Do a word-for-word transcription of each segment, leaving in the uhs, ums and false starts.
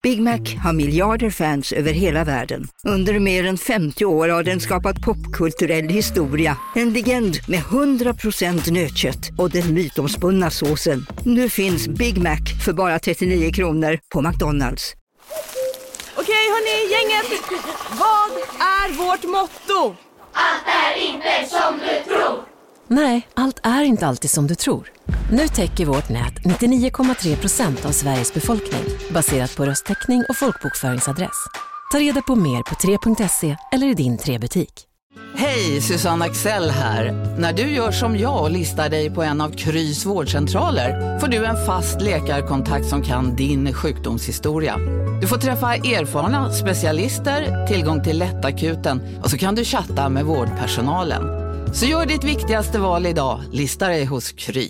Big Mac har miljarder fans över hela världen. Under mer än femtio år har den skapat popkulturell historia. En legend med hundra procent nötkött och den mytomspunna såsen. Nu finns Big Mac för bara trettionio kronor på McDonald's. Okej hörni, gänget. Vad är vårt motto? Allt är inte som du tror. Nej, allt är inte alltid som du tror. Nu täcker vårt nät nittionio komma tre procent av Sveriges befolkning baserat på röstteckning och folkbokföringsadress. Ta reda på mer på tre punkt se eller i din tre-butik. Hej, Susanne Axel här. När du gör som jag och listar dig på en av Krys vårdcentraler får du en fast läkarkontakt som kan din sjukdomshistoria. Du får träffa erfarna specialister, tillgång till lättakuten och så kan du chatta med vårdpersonalen. Så gör ditt viktigaste val idag, lista dig hos Kry.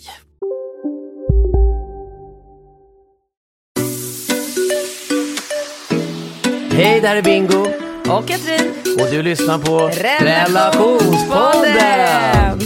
Hej, där är Bingo. Och Katrin. Och du lyssnar på Relationspodden. Relationspodden.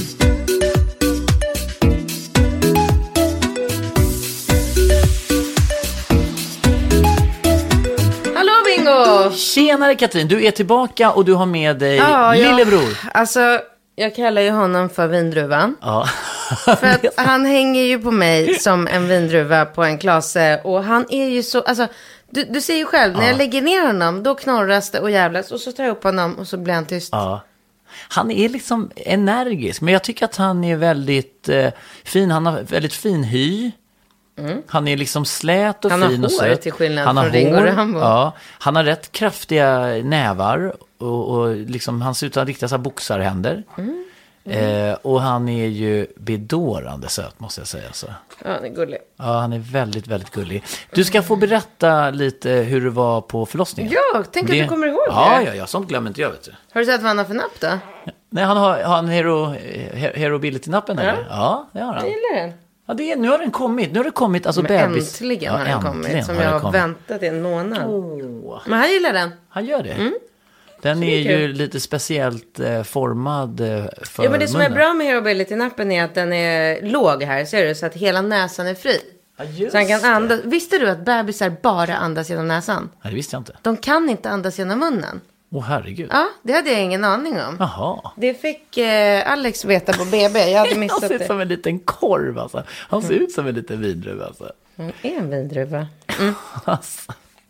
Hallå Bingo. Tjenare Katrin, du är tillbaka och du har med dig Ja, lillebror. Ja. Alltså, jag kallar ju honom för vindruvan. Ja. För att han hänger ju på mig som en vindruva på en klase. Och han är ju så, alltså, du, du ser ju själv, när Ja. jag lägger ner honom, då knorras det och jävlas. Och så tar jag upp honom och så blir han tyst. Ja. Han är liksom energisk, men jag tycker att han är väldigt eh, fin. Han har väldigt fin hy. Mm. Han är liksom slät och han fin har och hår, söt. till skillnad han från har Ringo hår, Rambo. Ja. Han har rätt kraftiga nävar och, och liksom, han ser ut att rikta sig boxarhänder. Mm. Mm. Eh, och han är ju bedårande söt, måste jag säga så. Ja, han är gullig. Ja, han är väldigt, väldigt gullig. Du ska få berätta lite hur det var på förlossningen. Ja, tänk det... att du kommer ihåg ja, det. Ja, ja, sånt glömmer inte jag, vet du. Har du sett vad han har för napp då? Nej, han har, har han hero, hero ability-nappen, eller? Ja. Ja, det har han. Jag gillar den. Ja, det är, nu har den kommit. Nu har det kommit, alltså Men bebis. äntligen ja, har den kommit. Som jag har kommit. väntat i en månad. Oh. Men han gillar den. Han gör det. Mm. Den Så är, det är ju lite speciellt eh, formad eh, för Ja, men det som munnen. är bra med Hero Ability-nappen är att den är låg här, ser du? Så att hela näsan är fri. Ja, just så han kan det. andas. Visste du att bebisar bara andas genom näsan? Nej, det visste jag inte. De kan inte andas genom munnen. Åh, oh, herregud. Ja, det hade jag ingen aning om. Jaha. Det fick eh, Alex veta på B B. Jag hade missat Han ser ut det. som en liten korv, alltså. Han ser ut som en liten vindruva, alltså. Han är en vindruva. Mm. alltså.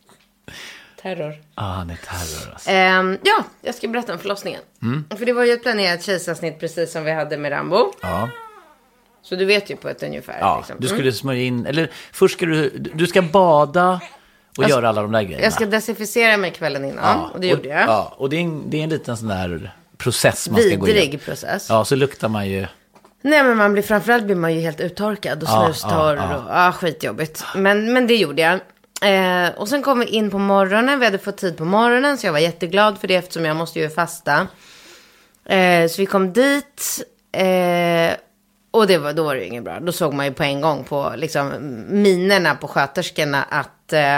Terror. Ja, ah, han är terror, alltså. Um, ja, jag ska berätta om förlossningen. Mm. För det var ju ett planerat kejsarsnitt precis som vi hade med Rambo. Ja. Så du vet ju på ett ungefär. Ja, liksom. du skulle smörja in, eller först ska du, du ska bada och jag, göra alla de där grejerna. Jag ska desinficera mig kvällen innan, ja, och det gjorde jag. Ja, och det är en, det är en liten sån där process man ska gå igenom. Vidrig process. Ja, så luktar man ju. Nej, men man blir, framförallt blir man ju helt uttorkad och ja, snustorr. ja, ja. Och, ja, skitjobbigt. Men, men det gjorde jag. Eh, och sen kom vi in på morgonen. Vi hade fått tid på morgonen, så jag var jätteglad för det, eftersom jag måste ju fasta. Eh, så vi kom dit. Eh, och det var, då var det ju inget bra. Då såg man ju på en gång på liksom, minerna på sköterskorna att... Eh,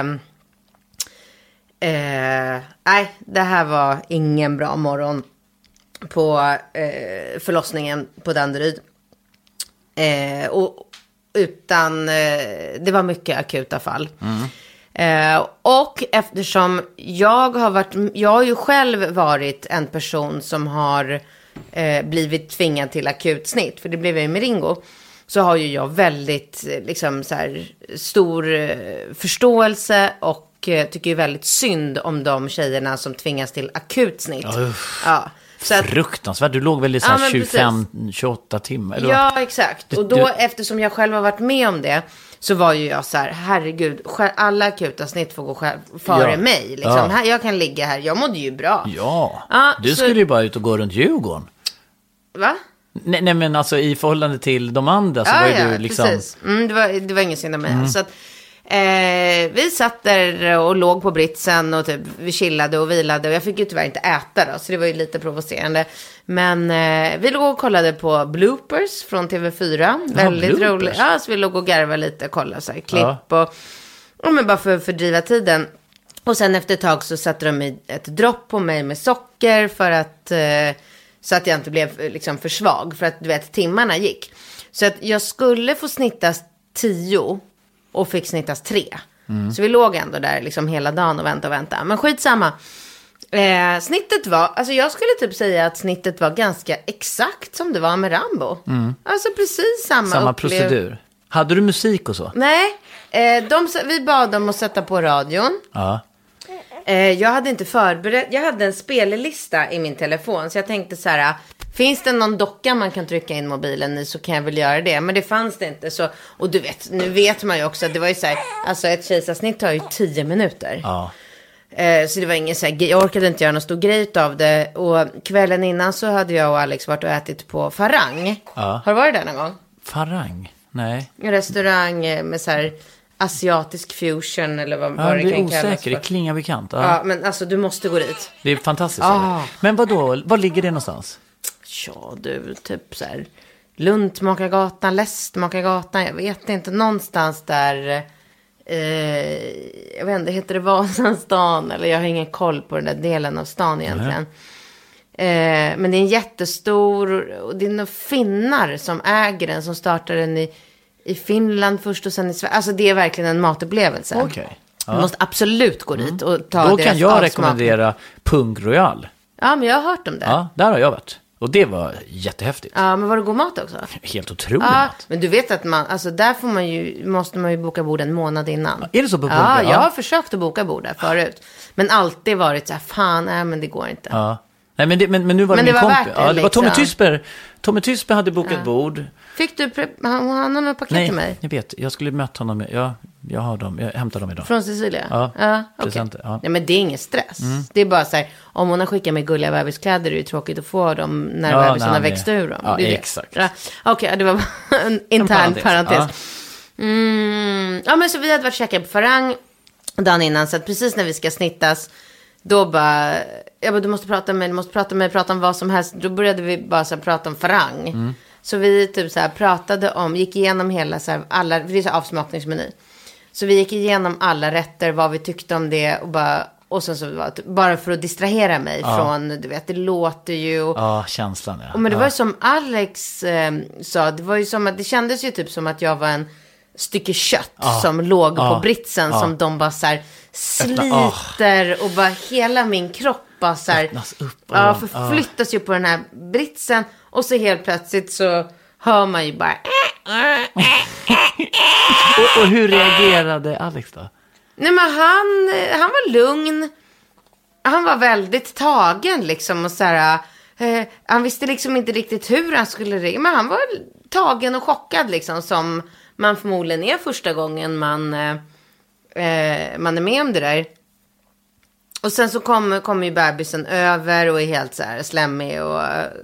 eh, nej, det här var ingen bra morgon på eh, förlossningen på Danderyd. Eh, och utan, eh, det var mycket akuta fall. Mm. Eh, och eftersom jag har varit, jag har ju själv varit en person som har eh, blivit tvingad till akutsnitt, för det blev jag ju med Ringo, så har ju jag väldigt liksom så här, stor eh, förståelse och eh, tycker ju väldigt synd om de tjejerna som tvingas till akutsnitt. Uff. Ja. Så att, fruktansvärt, du låg väl i så här ja, tjugofem till tjugoåtta timmar? Eller? Ja, exakt. Du, och då, du... eftersom jag själv har varit med om det, så var ju jag så här, herregud, alla akuta snitt får gå själv, före ja. mig. Liksom. Ja. Här, jag kan ligga här, jag mådde ju bra. Ja, ja du så... skulle ju bara ut och gå runt Djurgården. Va? Nej, nej, men alltså i förhållande till de andra så ja, var ju ja, du liksom... precis. Mm, det, var, det var ingen synd om mig. Mm. Så att, eh, vi satt där och låg på britsen och typ, vi chillade och vilade. Och jag fick ju tyvärr inte äta då, så det var ju lite provocerande. Men eh, vi låg och kollade på bloopers från T V fyra. Ja, väldigt roligt. Ja, så vi låg och garvade lite och kollade så här, klipp ja. och, och men bara för att fördriva tiden. Och sen efter ett tag så satte de i ett dropp på mig med socker för att... Eh, så att jag inte blev liksom för svag. För att du vet, timmarna gick. Så att jag skulle få snittas tio och fick snittas tre. Mm. Så vi låg ändå där liksom hela dagen och väntade och väntade. Men skitsamma. Eh, snittet var, alltså jag skulle typ säga att snittet var ganska exakt som det var med Rambo. Mm. Alltså precis samma Samma upplev- procedur. Hade du musik och så? Nej, eh, de, vi bad dem att sätta på radion. Ja. Eh, jag hade inte förberett, jag hade en spellista i min telefon. Så jag tänkte så här, finns det någon docka man kan trycka in mobilen i så kan jag väl göra det. Men det fanns det inte. Så, och du vet, nu vet man ju också att det var ju så här, alltså ett kejsarsnitt tar ju tio minuter. Ja. Eh, så det var ingen så här, jag orkade inte göra någon stor grej av det. Och kvällen innan så hade jag och Alex varit och ätit på Farang. Ja. Har du varit där någon gång? Farang? Nej. En restaurang med så här asiatisk fusion eller vad, Ja, vad det det kan är kallas för. osäker, det klingar bekant. Ja. Ja, men alltså du måste gå dit. Det är fantastiskt. Ah. Men vad då? Var ligger det någonstans? Ja, du, typ så här Lundmakargatan, Lästmakargatan, jag vet inte, någonstans där, eh, jag vet inte, heter det Vasastan, eller jag har ingen koll på den där delen av stan egentligen. Mm. Eh, men det är en jättestor, och det är några finnar som äger den, som startar den i, i Finland först och sen i Sverige. Alltså det är verkligen en matupplevelse. Okej. Okay. Ja. Du måste absolut gå dit och ta Då deras kan jag avsmak. rekommendera Punk Royal. Ja, men jag har hört om det. Ja, där har jag varit. Och det var jättehäftigt. Ja, men var det god mat också? Helt otrolig Ja, mat. men du vet att man, alltså där får man ju, måste man ju boka bord en månad innan. Är det så på Punk? Ja, Ja, jag har försökt att boka bord där förut. Men alltid varit så här, fan, nej men det går inte. Ja. Nej, men, det, men, men nu var Men det det min var kompis. värt det, Ja, det var Tommy liksom. Tysper. Tommy Tysper hade bokat Ja. bord. Fick du, pre- han, han har något paket Nej, till mig? jag vet. Jag skulle möta honom. Jag, jag har dem. Jag hämtar dem idag. Från Cecilia? Ja, ja okay. presenter, ja. Nej, men det är ingen stress. Mm. Det är bara så här, om hon har skickat med gulliga bebiskläder är det ju tråkigt att få dem när Ja, bebisen när har han är- växt ur dem. Ja, Det är det. exakt. Ja, Okej, okay, det var bara en intern parentes, parentes. Mm, ja, men så vi hade varit käkade på Farang dagen innan, så att precis när vi ska snittas, då bara, jag bara, du måste prata med, du måste prata med, prata om vad som helst. Då började vi bara så här, prata om Farang. Mm. Så vi typ så här pratade om, gick igenom hela så här, alla, det är så här avsmakningsmeny. Så vi gick igenom alla rätter, vad vi tyckte om det och bara, och sen så var det, bara för att distrahera mig ja. från, du vet, det låter ju. Och, ja, känslan, ja. Och men det ja. var ju som Alex eh, sa, det var ju som att, det kändes ju typ som att jag var en stycke kött ja. som låg ja. på britsen ja. som de bara så här sliter oh. och bara hela min kropp bara så här öppnas upp. Ja, förflyttas ju på den här britsen och så helt plötsligt så hör man ju bara och, och hur reagerade Alex då? Nej, men han, han var lugn. Han var väldigt tagen liksom och så här, eh, han visste liksom inte riktigt hur han skulle reagera, men han var tagen och chockad liksom, som man förmodligen är första gången man eh, man är med om det där. Och sen så kommer kom ju bebisen över och är helt så här slemmig och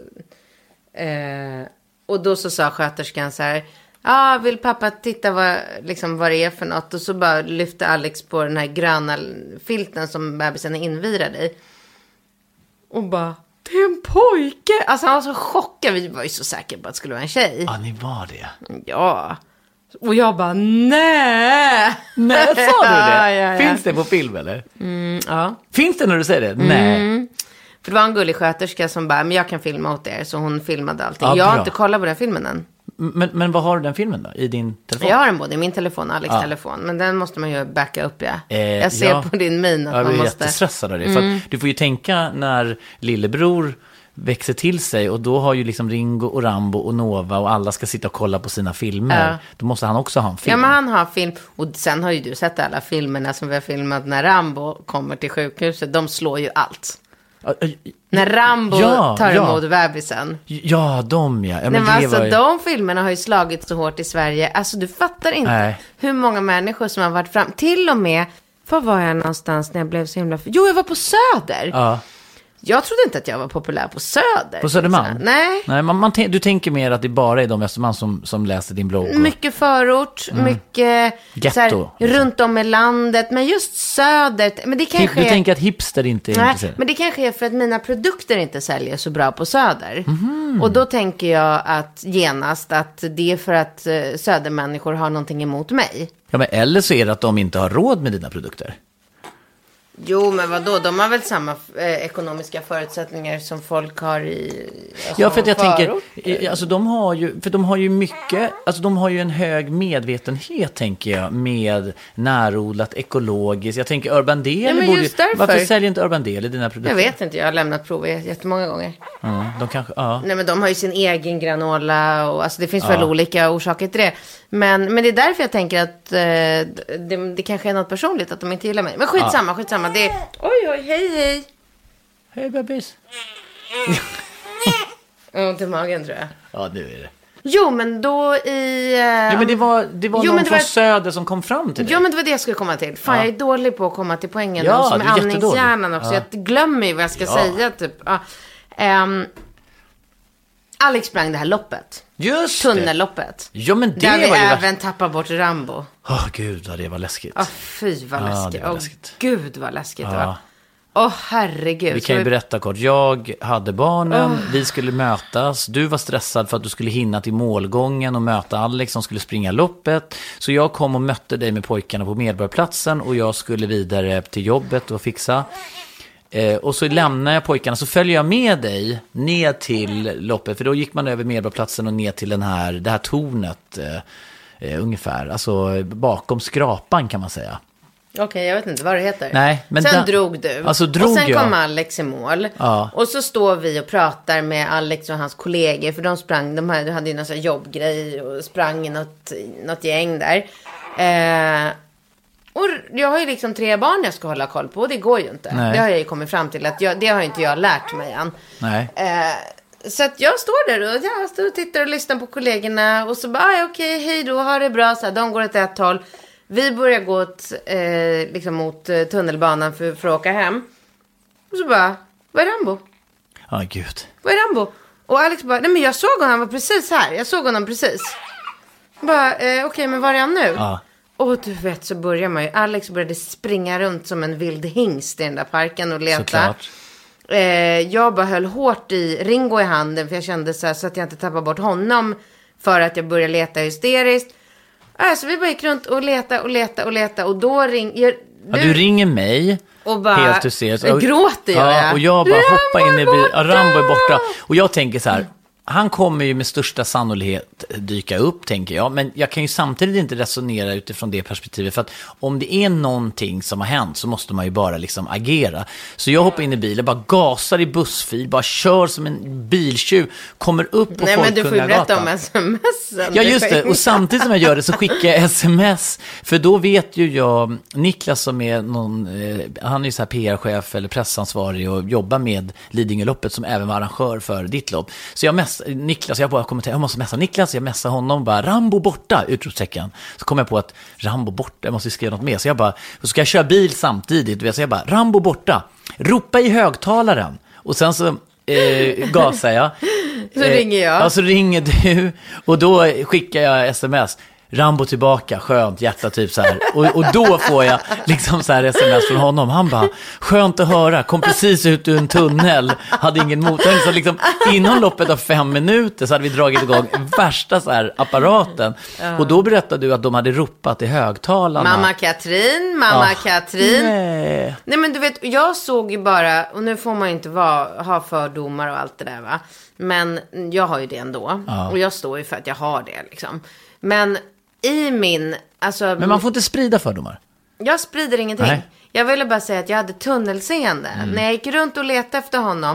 eh, och då så sa sköterskan så här, ja, ah, vill pappa titta vad, liksom, vad det är för något? Och så bara lyfte Alex på den här gröna filten som bebisen är invirad i. Och bara, det är en pojke! Alltså han var så chockad, vi var ju så säkra på att det skulle vara en tjej. Ja, ni var det. Ja. Och jag bara, nej! Nej, sa du det? ja, ja, ja. Finns det på film eller? Mm, ja. Finns det när du säger det? Mm. Nej. För det var en gullig sköterska som bara, men jag kan filma åt er. Så hon filmade allting. Ja, jag har bra. inte kollat på den filmen än. Men, men vad har du den filmen då? I din telefon? Jag har den både i min telefon och Alex ja. telefon. Men den måste man ju backa upp, ja. Eh, jag ser ja. på din min att jag man blir måste. jättestressad av det. Mm. För att du får ju tänka när lillebror växer till sig och då har ju liksom Ringo och Rambo och Nova och alla ska sitta och kolla på sina filmer. Ja. Då måste han också ha en film. Ja, men han har film. Och sen har ju du sett alla filmerna som vi har filmat när Rambo kommer till sjukhuset. De slår ju allt. Ja, ja, när Rambo ja, tar ja. emot bebisen. Ja, de ja. ja men Nej, men det alltså var ju... de filmerna har ju slagit så hårt i Sverige. Alltså du fattar inte Nej. hur många människor som har varit fram. Till och med, var var jag någonstans när jag blev så himla... Jo, jag var på Söder. Ja. Jag trodde inte att jag var populär på Söder. På Södermalm? Nej. Nej, man, man, du tänker mer att det bara är de Östermalm som, som läser din blogg. Och... Mycket förort, mm. mycket så här, Ghetto, runt om i landet. Men just Söder, men det kanske Du är... tänker att hipster inte är Nej, intresserade? men det kanske är för att mina produkter inte säljer så bra på Söder. Mm. Och då tänker jag att genast att det är för att uh, Södermänniskor har någonting emot mig. Ja, men eller så är det att de inte har råd med dina produkter. Jo, men vadå? De har väl samma eh, ekonomiska förutsättningar som folk har i alltså, Ja, för att jag förort. tänker, alltså de har ju, för de har ju mycket, alltså de har ju en hög medvetenhet, tänker jag, med närodlat, ekologiskt. Jag tänker Urban Deli ja, men borde, just därför. varför säljer inte Urban Deli dina produkter? Jag vet inte, jag har lämnat prov jättemånga gånger. Mm, de kanske, ja. Nej, men de har ju sin egen granola och alltså det finns Ja. väl olika orsaker till det. Men, men det är därför jag tänker att eh, det, det kanske är något personligt att de inte gillar mig. Men skitsamma, ja. skitsamma. Det är, oj, oj, hej, hej. Hej bebis. Ont i magen tror jag. Ja, nu är det. Jo, men då i... Eh, Ja, men det var, det var jo, någon men det från var... Söder som kom fram till dig. Ja, men det var det jag skulle komma till. Fan, Ja. jag är dålig på att komma till poängen. Ja, Ja, som du är är jättedålig. andningshjärnan också. Ja. Jag glömmer ju vad jag ska Ja. säga, typ. Ja. Ehm, Alex sprang det här loppet. Just det. Tunnelloppet. Ja, men det Där vi var ju även tappar bort Rambo. Åh, gud vad det var läskigt. Åh, fy vad Ja, läskigt. det var Åh, läskigt. gud vad läskigt det Ja. var. Åh, herregud. Vi Så kan ju vi- berätta kort. Jag hade barnen, vi skulle mötas. Du var stressad för att du skulle hinna till målgången och möta Alex som skulle springa loppet. Så jag kom och mötte dig med pojkarna på Medborgarplatsen och jag skulle vidare till jobbet och fixa. Eh, och så lämnar jag pojkarna, så följer jag med dig ner till loppet. För då gick man över Medborgarplatsen och ner till den här, det här tornet eh, eh, ungefär. Alltså bakom skrapan kan man säga. Okej, jag vet inte vad det heter. Nej, men sen den- drog du. Alltså, drog och sen jag. kom Alex i mål. Ja. Och så står vi och pratar med Alex och hans kollegor. För de sprang, de hade, hade ju någon sån här jobbgrej och sprang i något, något gäng där. Eh, och jag har ju liksom tre barn jag ska hålla koll på. Och det går ju inte. Nej. Det har jag ju kommit fram till. Att jag, det har inte jag lärt mig än. Nej. Eh, så att jag står där och jag står och tittar och lyssnar på kollegorna. Och så bara, ah, okej, hej då, ha det bra. Så här, de går åt ett håll. Vi börjar gå åt, eh, liksom mot eh, tunnelbanan för, för att åka hem. Och så bara, vad är Rambo? Ja, gud. Vad är Rambo? Och Alex bara, nej men jag såg honom, han var precis här. Jag såg honom precis. Bara, eh, okej, men var är han nu? Ja. Och du vet, så börjar man ju. Alex började springa runt som en vild hingst i den där parken och leta. Såklart. Eh, jag bara höll hårt i Ringo i handen för jag kände så, här, så att jag inte tappade bort honom för att jag började leta hysteriskt. Alltså vi bara gick runt och leta och leta och leta och då ring... Jag, Ja, du ringer mig. och bara Helt hysteriskt. jag gråter jag. Ja, och jag bara Rambo hoppar in i är bilen. borta! Ja, Rambo är borta. Och jag tänker så här, han kommer ju med största sannolikhet dyka upp, tänker jag. Men jag kan ju samtidigt inte resonera utifrån det perspektivet. För att om det är någonting som har hänt så måste man ju bara liksom agera. Så jag hoppar in i bilen, bara gasar i bussfil, bara kör som en biltjuv, kommer upp på Nej, men du får ju berätta Folkungagatan. om smsen. Ja, just det. Och samtidigt som jag gör det så skickar jag sms. För då vet ju jag, Niklas som är någon, eh, han är ju så här P R-chef eller pressansvarig och jobbar med Lidingöloppet som även var arrangör för ditt lopp. Så jag mess, Niklas, jag bara kommenterar, jag måste messa Niklas, jag messar honom, bara Rambo borta, utropstecken. Så kom jag på att Rambo borta, jag måste skriva något mer. Så jag bara, så ska jag köra bil samtidigt. Så jag bara, Rambo borta, ropa i högtalaren. Och sen så eh, gasar jag. Så ringer jag. Ja, så ringer du och då skickar jag sms. Rambo tillbaka, skönt, hjärta typ så här. Och, och då får jag liksom så här sms från honom. Han bara, skönt att höra, kom precis ut ur en tunnel, hade ingen mottagning. Så liksom inom loppet av fem minuter så hade vi dragit igång värsta så här apparaten. Och då berättade du att de hade ropat i högtalarna. Mamma Katrin, mamma Ah, Katrin. Nej. Nej, men du vet, jag såg ju bara, och nu får man ju inte vara, ha fördomar och allt det där, va. Men jag har ju det ändå. Ja. Och jag står ju för att jag har det, liksom. Men i min, alltså... Men man får inte sprida fördomar. Jag sprider ingenting. Nej. Jag ville bara säga att jag hade tunnelseende. Mm. När jag gick runt och letade efter honom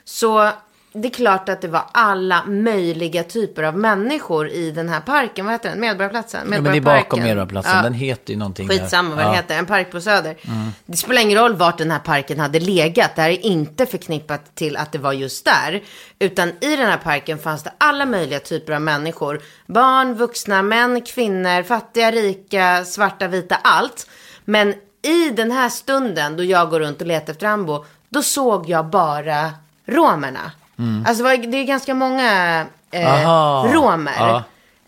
så det är klart att det var alla möjliga typer av människor i den här parken. Vad heter den? Medborgarplatsen? Ja, men det är bakom Medborgarplatsen. Ja. Den heter ju någonting. Skitsamma vad där. det Ja. heter. En park på Söder. Mm. Det spelar ingen roll vart den här parken hade legat. Det här är inte förknippat till att det var just där. Utan i den här parken fanns det alla möjliga typer av människor. Barn, vuxna, män, kvinnor, fattiga, rika, svarta, vita, allt. Men i den här stunden då jag går runt och letar efter Rambo, då såg jag bara romerna. Mm. Alltså det är ganska många eh, romer. Ja.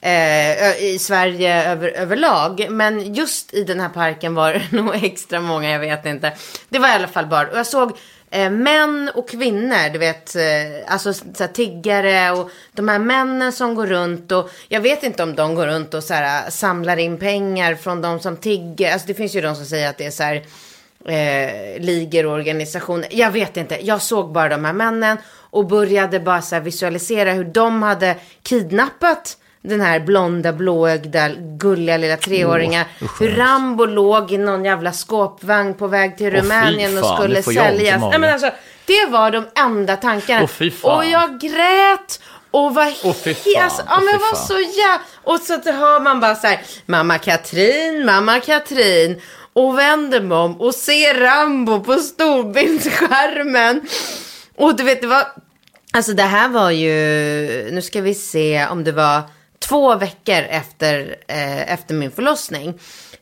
Eh, i Sverige över, överlag. Men just i den här parken var det nog extra många, jag vet inte. Det var i alla fall bara, och jag såg eh, män och kvinnor, du vet, eh, alltså så här, tiggare och de här männen som går runt, och jag vet inte om de går runt och så här, samlar in pengar från de som tigger. Alltså det finns ju de som säger att det är så här, eh, ligorganisationer. Jag vet inte, jag såg bara de här männen och började bara så här visualisera hur de hade kidnappat den här blonda, blåögda, gulliga lilla treåringen. Oh, hur Rambo låg i någon jävla skåpvagn på väg till Rumänien oh, och skulle säljas. Nej, men alltså, det var de enda tankarna. Oh, och jag grät och var oh, helt... Alltså, ja, men jag var så jävla... Och så att hör man bara så här, mamma Katrin, mamma Katrin. Och vänder mig om och ser Rambo på storbildsskärmen. Och du vet, det var... Alltså det här var ju... Nu ska vi se om det var... Två veckor efter, eh, efter min förlossning.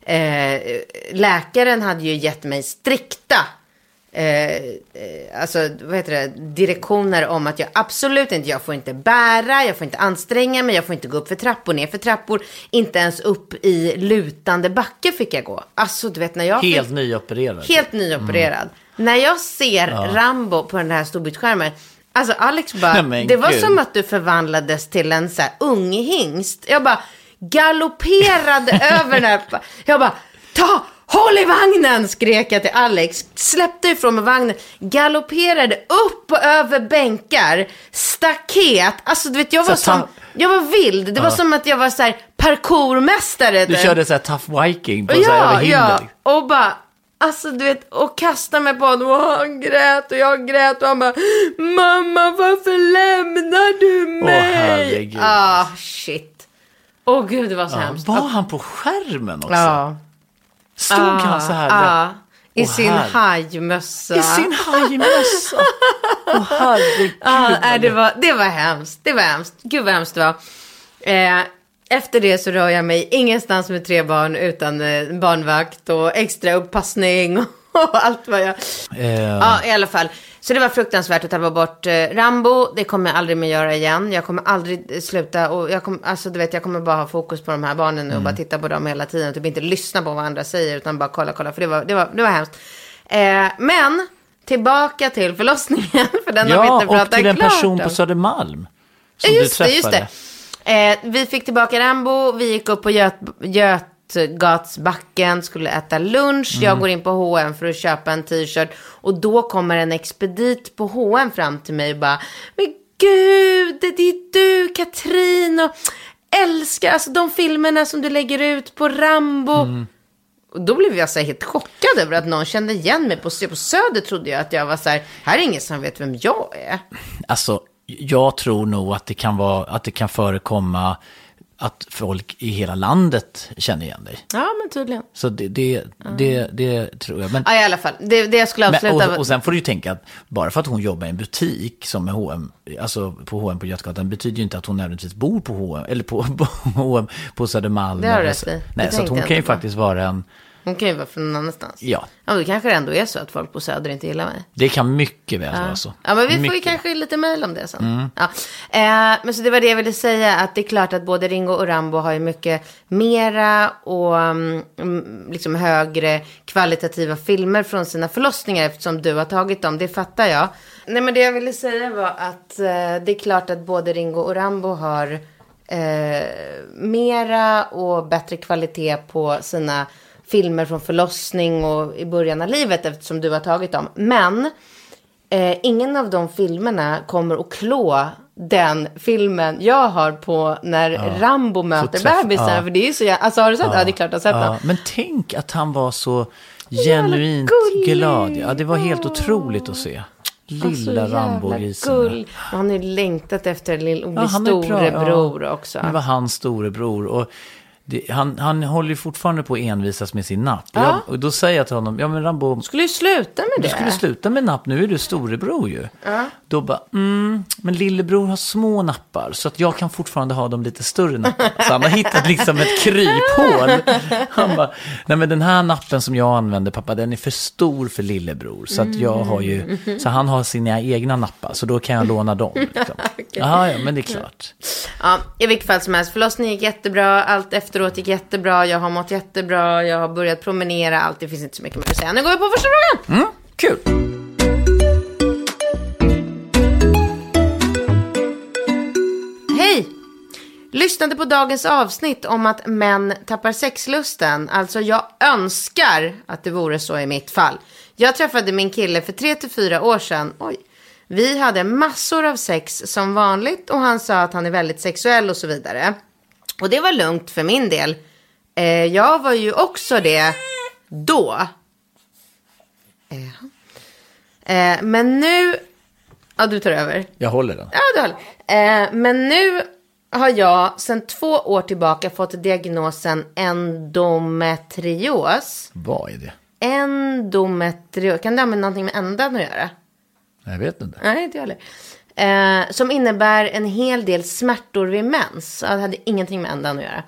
Eh, läkaren hade ju gett mig strikta eh, alltså, vad heter det, direktioner om att jag absolut inte, jag får inte bära, jag får inte anstränga mig, jag får inte gå upp för trappor, ner för trappor, inte ens upp i lutande backe fick jag gå. Alltså du vet när jag Helt fick, nyopererad. Helt nyopererad. Mm. När jag ser ja. Rambo på den här storbildsskärmen. Alltså Alex bara, nej, det var Gud. Som att du förvandlades till en så här ung hingst. Jag bara galopperade över den här. Jag bara, ta, håll i vagnen, skrek jag till Alex. Släppte ifrån mig vagnen, galopperade upp och över bänkar, staket. Alltså du vet, jag var så som, ta- jag var vild. Det ja. Var som att jag var så här parkourmästare. Du körde så här tough viking på ja, så här över hinder. Ja, och bara... Alltså du vet, och kastade mig på honom och han grät och jag grät och han bara, mamma varför lämnar du mig? Åh herregud. Ah shit. Åh gud, det var så ja, hemskt. Var han på skärmen också? Ja. Stod ah, han så här? Ja. Ah. I, oh, sin hajmössa. I sin hajmössa. Åh herregud. Ah, nej, det, var, det var hemskt. Det var hemskt. Gud vad hemskt det var. Eh, Efter det så rör jag mig ingenstans med tre barn utan barnvakt och extra upppassning och allt vad jag... Uh. Ja, i alla fall. Så det var fruktansvärt att ta bort eh, Rambo. Det kommer jag aldrig mer göra igen. Jag kommer aldrig sluta och jag kommer, alltså du vet, jag kommer bara ha fokus på de här barnen nu mm. och bara titta på dem hela tiden och typ inte lyssna på vad andra säger utan bara kolla, kolla. För det var, det var, det var hemskt. Eh, men tillbaka till förlossningen för den ja, har vi inte pratat klart. Ja, och till en person på Södermalm som just du träffade. Det, just det. Eh, vi fick tillbaka Rambo, vi gick upp på Göt, Götgatsbacken, skulle äta lunch. Mm. Jag går in på H och M för att köpa en t-shirt. Och då kommer en expedit på H och M fram till mig och bara, men gud, det är du, Katrin, och älskar alltså de filmerna som du lägger ut på Rambo. Mm. Och då blev jag så här helt chockad över att någon kände igen mig. På, på Söder trodde jag att jag var så här, här är ingen som vet vem jag är. Alltså... Jag tror nog att det kan vara att det kan förekomma att folk i hela landet känner igen dig. Ja, men tydligen. Så det, det, det, det tror jag. Men, ja, i alla fall. Det, det jag skulle avsluta... Men, och, och sen får du ju tänka att bara för att hon jobbar i en butik som är H och M, alltså på H och M på Götgatan, betyder ju inte att hon nödvändigtvis bor på H och M, eller på, på H och M på Södermalm. Det har rätt i. Nej, så att hon kan ju faktiskt vara en... Hon kan ju vara från någon annanstans. Ja. Ja, men det kanske ändå är så att folk på Söder inte gillar mig. Det kan mycket väl ja. vara så. Ja, men vi mycket. får ju kanske lite mejl om det sen. Mm. Ja. Eh, men så det var det jag ville säga. Att det är klart att både Ringo och Rambo har ju mycket mera och um, liksom högre kvalitativa filmer från sina förlossningar. Eftersom du har tagit dem, det fattar jag. Nej, men det jag ville säga var att eh, det är klart att både Ringo och Rambo har eh, mera och bättre kvalitet på sina filmer från förlossning och i början av livet eftersom du har tagit dem. Men eh, ingen av de filmerna kommer att klå den filmen jag har på när ja. Rambo möter bebisar. Ja. För det är ju så, alltså har du sett? Ja, ja det är klart att jag har sett ja. den. Men tänk att han var så genuint glad. Ja, det var helt otroligt att se. Lilla alltså, Rambo-grisen. Han är längtat efter en lill- ja, storebror ja. också. Det var hans storebror och det, han, han håller ju fortfarande på att envisas med sin napp. Ja. Jag, och då säger jag till honom, ja men Rambo... Du skulle ju sluta med det. Du skulle sluta med napp, nu är du storebror ju. Ja. Då bara, mm, men lillebror har små nappar så att jag kan fortfarande ha de lite större nappar. Så han har hittat liksom ett kryphål. Han bara, nej men den här nappen som jag använder pappa, den är för stor för lillebror. Så att jag har ju, så han har sina egna nappar, så då kan jag låna dem. Liksom. Okay. Aha, ja, men det är klart. Ja, i vilket fall som helst, förlossningen gick jättebra, allt efteråt gick jättebra, jag har mått jättebra, jag har börjat promenera, allt, det finns inte så mycket mer att säga. Nu går vi på första frågan. Mm, kul. Hej! Lyssnade på dagens avsnitt om att män tappar sexlusten. Alltså jag önskar att det vore så i mitt fall. Jag träffade min kille för tre till fyra år sedan. Oj. Vi hade massor av sex som vanligt och han sa att han är väldigt sexuell och så vidare. Och det var lugnt för min del. Eh, jag var ju också det då. Eh. Eh, men nu... Ja, du tar över. Jag håller den. Ja, du håller. Eh, men nu har jag sedan två år tillbaka fått diagnosen endometrios. Vad är det? Endometrios. Kan det ha med någonting med ändan att göra? Jag vet inte. Nej, inte jag heller. Eh, som innebär en hel del smärtor vid mens. Det hade ingenting med ändan att göra.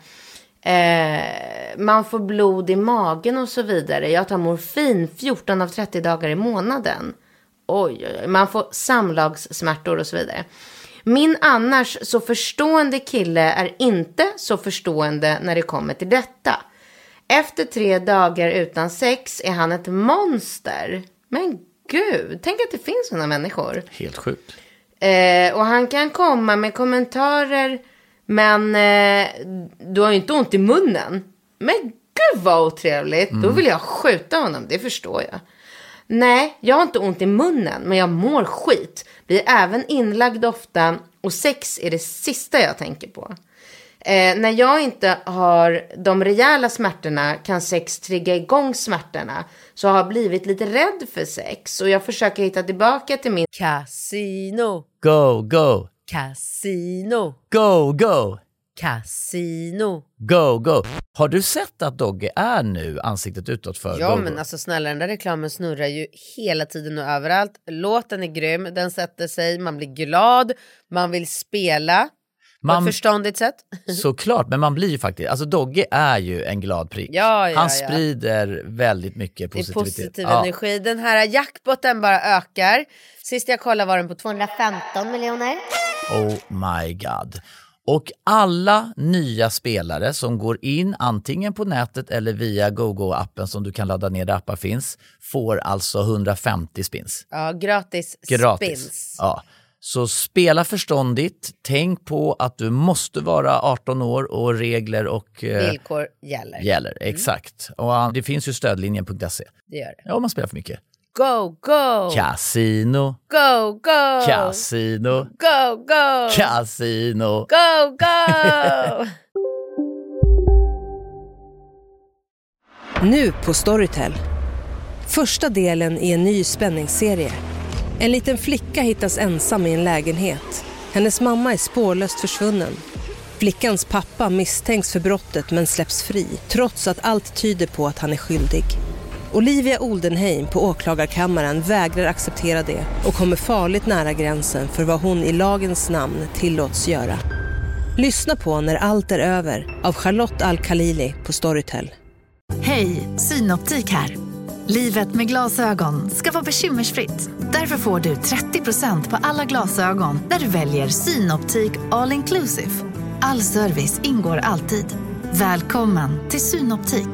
Eh, man får blod i magen och så vidare. Jag tar morfin fjorton av trettio dagar i månaden. Oj, oj, oj. Man får samlagssmärtor och så vidare. Min annars så förstående kille är inte så förstående när det kommer till detta. Efter tre dagar utan sex är han ett monster. Men gud, tänk att det finns sådana människor. Helt sjukt. Eh, och han kan komma med kommentarer, men eh, du har ju inte ont i munnen. Men gud vad otrevligt. Mm. Då vill jag skjuta honom, det förstår jag. Nej, jag har inte ont i munnen, men jag mår skit. Blir även inlagd ofta och sex är det sista jag tänker på. Eh, när jag inte har de rejäla smärtorna kan sex trigga igång smärtorna. Så jag har blivit lite rädd för sex. Och jag försöker hitta tillbaka till min Casino. Go, go. Casino. Go, go. Casino. Go, go. Har du sett att Dogge är nu ansiktet utåt för Ja, go, men go? alltså snälla, den där reklamen snurrar ju hela tiden och överallt. Låten är grym, den sätter sig, man blir glad, man vill spela. Man, på ett förståndigt sätt. Såklart, men man blir ju faktiskt... Alltså Dogge är ju en glad prick. Ja, ja, Han ja. sprider väldigt mycket positivitet. Det är positiv ja. energi. Den här jackpotten bara ökar. Sist jag kollade var den på tvåhundrafemton miljoner. Oh my god. Och alla nya spelare som går in antingen på nätet eller via GoGo-appen som du kan ladda ner där appar finns får alltså hundrafemtio spins. Ja, gratis, gratis. spins. Ja. Så spela förståndigt. Tänk på att du måste vara arton år och regler och eh, villkor gäller. Gäller, mm. Exakt. Och det finns ju stödlinjen punkt se. Det gör det. Ja, om man spelar för mycket. Go, go! Casino. Go, go! Casino. Go, go! Casino. Go, go! Nu på Storytel. Första delen i en ny spänningsserie. En liten flicka hittas ensam i en lägenhet. Hennes mamma är spårlöst försvunnen. Flickans pappa misstänks för brottet men släpps fri, trots att allt tyder på att han är skyldig. Olivia Oldenheim på åklagarkammaren vägrar acceptera det och kommer farligt nära gränsen för vad hon i lagens namn tillåts göra. Lyssna på När allt är över av Charlotte Al-Khalili på Storytel. Hej, Synoptik här. Livet med glasögon ska vara bekymmersfritt. Därför får du trettio procent på alla glasögon när du väljer Synoptik All Inclusive. All service ingår alltid. Välkommen till Synoptik.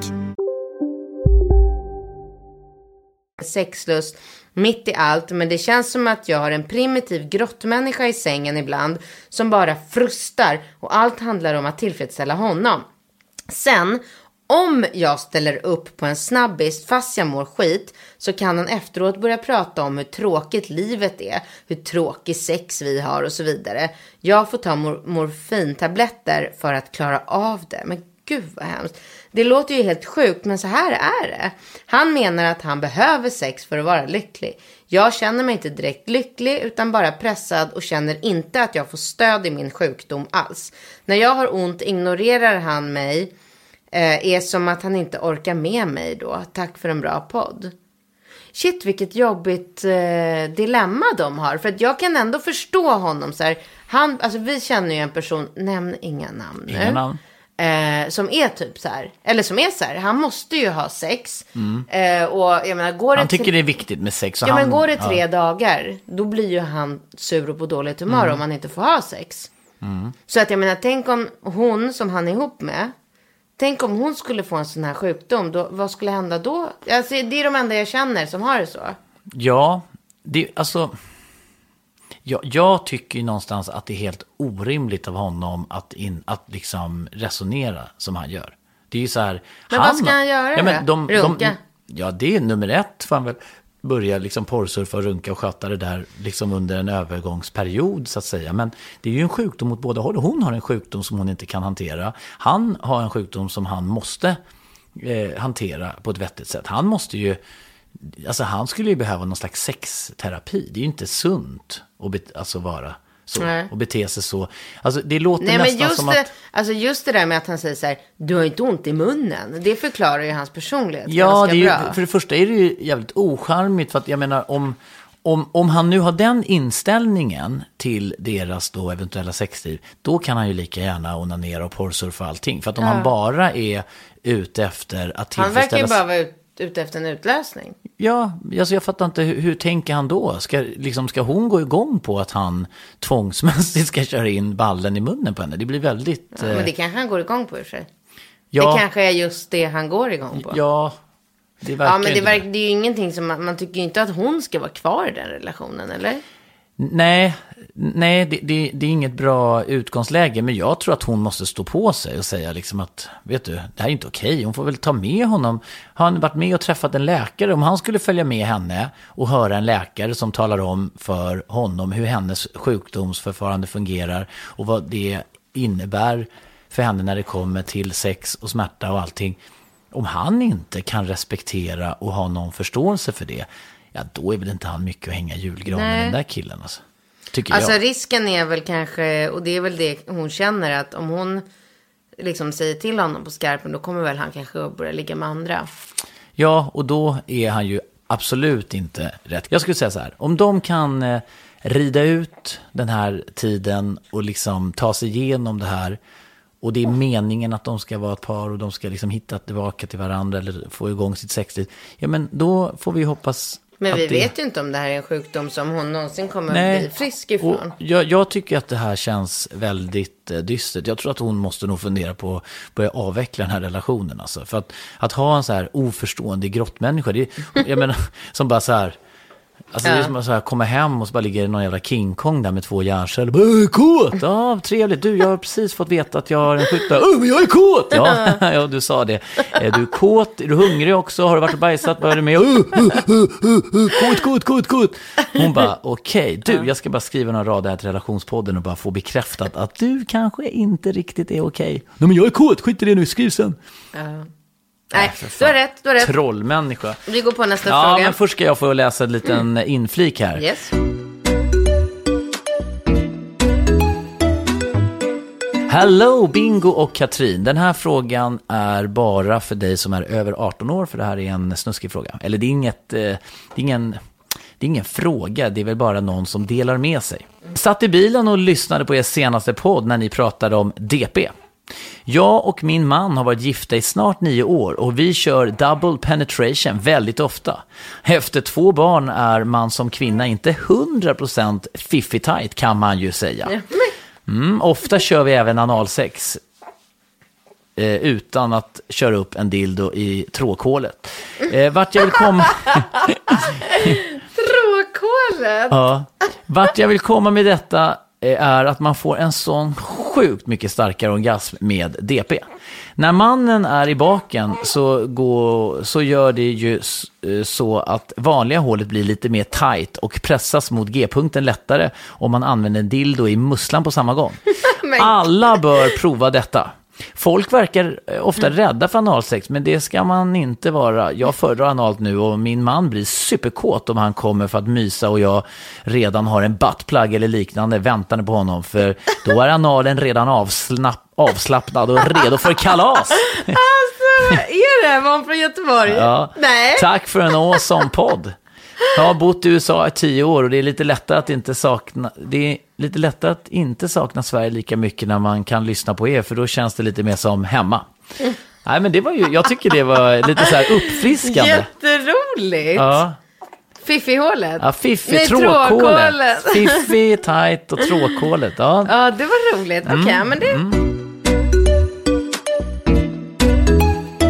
Sexlust mitt i allt, men det känns som att jag har en primitiv grottmänniska i sängen ibland som bara frustar och allt handlar om att tillfredsställa honom. Sen, om jag ställer upp på en snabbis fast jag mår skit så kan han efteråt börja prata om hur tråkigt livet är, hur tråkig sex vi har och så vidare. Jag får ta mor- morfintabletter för att klara av det, men gud vad hemskt. Det låter ju helt sjukt, men så här är det. Han menar att han behöver sex för att vara lycklig. Jag känner mig inte direkt lycklig utan bara pressad och känner inte att jag får stöd i min sjukdom alls. När jag har ont ignorerar han mig. Eh, är som att han inte orkar med mig då. Tack för en bra podd. Shit, vilket jobbigt eh, dilemma de har. För att jag kan ändå förstå honom så här. Han, alltså vi känner ju en person, nämn inga namn nu. Inga namn. Eh, som är typ så här, eller som är så här, han måste ju ha sex. Mm. Eh, och jag menar, går han det tycker tre... det är viktigt med sex. Ja, han... men går det tre ja. dagar, då blir ju han sur och på dåligt humör mm. om han inte får ha sex. Mm. Så att jag menar, tänk om hon som han är ihop med, tänk om hon skulle få en sån här sjukdom, då, vad skulle hända då? Alltså, det är de enda jag känner som har det så. Ja, det, alltså... Jag, jag tycker ju någonstans att det är helt orimligt av honom att, in, att liksom resonera som han gör. Det är ju så här... Men han, vad ska han göra ja, men de, runka? De, ja, det är nummer ett. Får han väl börja liksom porrsurfa och runka och sköta det där liksom under en övergångsperiod så att säga. Men det är ju en sjukdom mot båda håll. Hon har en sjukdom som hon inte kan hantera. Han har en sjukdom som han måste eh, hantera på ett vettigt sätt. Han måste ju... Alltså han skulle ju behöva någon slags sexterapi. Det är ju inte sunt att be, alltså vara så. Nej. Och bete sig så. Alltså det låter Nej, nästan men just som det, att... Alltså just det där med att han säger så här, du har inte ont i munnen. Det förklarar ju hans personlighet. Ja, det är ju, för det första är det ju jävligt ocharmigt. För att jag menar, om, om, om han nu har den inställningen till deras då eventuella sexliv, då kan han ju lika gärna onanera och porrsurfa och allting. För att om ja. han bara är ute efter att tillfredsställa... Han verkar ju bara vara ute ut efter en utlösning. Ja, alltså jag fattar inte, hur, hur tänker han då? Ska, liksom, ska hon gå igång på att han tvångsmässigt ska köra in ballen i munnen på henne? Det blir väldigt... Ja, men det kanske han går igång på i sig. Ja, det kanske är just det han går igång på. Ja, det verkar Ja, men det, verkar, det. det är ju ingenting som man, man tycker ju inte att hon ska vara kvar i den relationen, eller? Nej, nej det, det, det är inget bra utgångsläge. Men jag tror att hon måste stå på sig och säga liksom att, vet du, det här är inte okej. Hon får väl ta med honom. Har han varit med och träffat en läkare? Om han skulle följa med henne och höra en läkare som talar om för honom hur hennes sjukdomsförfarande fungerar och vad det innebär för henne när det kommer till sex och smärta och allting. Om han inte kan respektera och ha någon förståelse för det, ja, då är väl inte han mycket att hänga julgranen med den där killen. Alltså, tycker alltså jag. Risken är väl kanske, och det är väl det hon känner, att om hon liksom säger till honom på skarpen, då kommer väl han kanske börja ligga med andra. Ja, och då är han ju absolut inte rätt. Jag skulle säga så här, om de kan eh, rida ut den här tiden och liksom ta sig igenom det här, och det är meningen att de ska vara ett par och de ska liksom hitta tillbaka till varandra eller få igång sitt sexliv, ja men då får vi hoppas. Men vi det... vet ju inte om det här är en sjukdom som hon någonsin kommer Nej. att bli frisk ifrån. Jag, jag tycker att det här känns väldigt eh, dystert. Jag tror att hon måste nog fundera på att börja avveckla den här relationen. Alltså. För att, att ha en så här oförstående grottmänniska, det, jag menar, som bara så här... Alltså ja. Det är som att så här, komma hem och så bara ligger någon jävla King Kong där med två hjärnceller. Bara, kåt! Ja, trevligt. Du, jag har precis fått veta att jag har en sjukdom. Åh, men jag är kåt! Ja, ja, du sa det. Är du kåt? Är du hungrig också? Har du varit och bajsat? Vad är det med? Uh, uh, uh, uh, uh, kåt, kåt, kåt, kåt. Hon bara, okej. Okay. Du, jag ska bara skriva några rader här till relationspodden och bara få bekräftat att du kanske inte riktigt är okej. Okay. Nej, men jag är kåt. Skit i det nu. Skriv sen. Ja. Nej, du har rätt, du har rätt. Trollmänniska. Vi går på nästa ja, fråga. Ja, men först ska jag få läsa en liten mm. inflik här. Yes. Hello Bingo och Katrin. Den här frågan är bara för dig som är över arton år, för det här är en snuskig fråga. Eller det är inget, det är ingen, det är ingen fråga, det är väl bara någon som delar med sig. Satt i bilen och lyssnade på er senaste podd när ni pratade om D P. Jag och min man har varit gifta i snart nio år och vi kör double penetration väldigt ofta. Efter två barn är man som kvinna inte hundra procent fiffi tight, kan man ju säga. Mm, ofta kör vi även analsex eh, utan att köra upp en dildo i tråkhålet. Eh, vart jag vill komma... Tråkhålet? Ja. Vart jag vill komma med detta är att man får en sån sjukt mycket starkare orgasm med D P. När mannen är i baken så, går, så gör det ju så att vanliga hålet blir lite mer tight och pressas mot G-punkten lättare om man använder en dildo i musslan på samma gång. Alla bör prova detta. Folk verkar ofta rädda för analsex, men det ska man inte vara. Jag föredrar analt nu och min man blir superkåt om han kommer för att mysa och jag redan har en buttplug eller liknande väntande på honom, för då är analen redan avslapp, avslappnad och redo för kalas. Alltså, är det man från Göteborg? Ja. Nej. Tack för en awesome podd. Jag har bott i U S A i tio år och det är lite lättare att inte sakna det är lite lättare att inte sakna Sverige lika mycket när man kan lyssna på er, för då känns det lite mer som hemma. Mm. Nej, men det var ju, jag tycker det var lite så här uppfriskande. Jätteroligt. Ja. Fiffi-hålet. Ja, fiffi, tråkhålet. Fiffi, tight och tråkhålet. Ja. Ja, det var roligt. Okej, okay, mm. men det... Mm.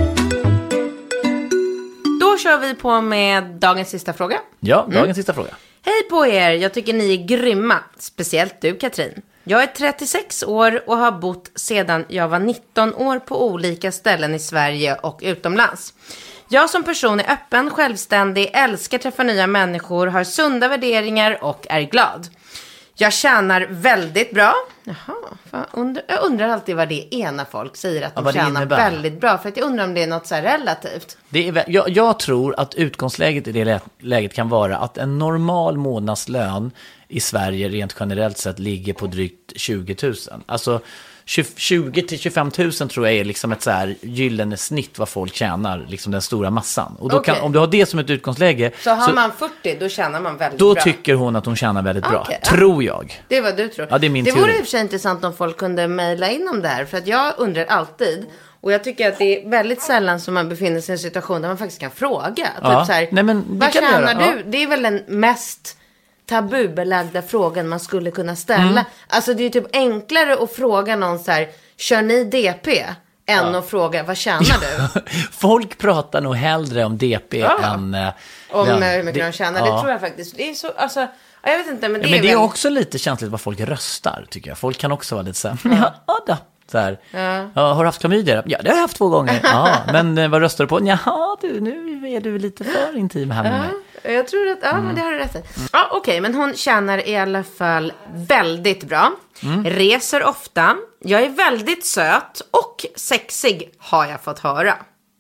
Då kör vi på med dagens sista fråga. Ja, dagens mm. sista fråga. Hej på er, jag tycker ni är grymma. Speciellt du, Katrin. Jag är trettiosex år och har bott sedan jag var nitton år på olika ställen i Sverige och utomlands. Jag som person är öppen, självständig, älskar träffa nya människor, har sunda värderingar och är glad. Jag tjänar väldigt bra. Jaha, fan, undrar, jag undrar alltid vad det är när folk säger att de ja, tjänar väldigt bra. För att jag undrar om det är något så här relativt. Det är, jag, jag tror att utgångsläget i det läget kan vara att en normal månadslön i Sverige rent generellt sett ligger på drygt tjugo tusen. Alltså tjugo till tjugofem tusen tror jag är liksom ett så här gyllene snitt vad folk tjänar, liksom den stora massan. Och då okay. kan, om du har det som ett utgångsläge... Så har så, man fyrtio, då tjänar man väldigt då bra. Då tycker hon att hon tjänar väldigt okay, bra, ja. tror jag. Det är vad du tror. Ja, det är min det teori. vore i och för sig intressant om folk kunde mejla in om det här. För att jag undrar alltid, och jag tycker att det är väldigt sällan som man befinner sig i en situation där man faktiskt kan fråga. Ja. Typ så här, Nej, men vad tjänar du? Ja. Det är väl den mest tabubelagda frågan man skulle kunna ställa. Mm. Alltså det är typ enklare att fråga någon så här, kör ni D P? Än ja. att fråga, vad tjänar du? Folk pratar nog hellre om D P ja. än... Äh, om den, hur mycket det, de tjänar, ja. det tror jag faktiskt. Det är så, alltså, jag vet inte, men det ja, men är det är väl... också lite känsligt vad folk röstar, tycker jag. Folk kan också vara lite så här, ja, ja då. Så här, ja. Ja, har du haft klamydia? Ja, det har jag haft två gånger. Ja, men eh, vad röstar du på? Jaha, du, nu är du lite för intim här med ja. mig. Jag tror att, ja mm. men det har du rätt i. Mm. Ja okej, okay, men hon tjänar i alla fall väldigt bra. Mm. Reser ofta. Jag är väldigt söt och sexig har jag fått höra.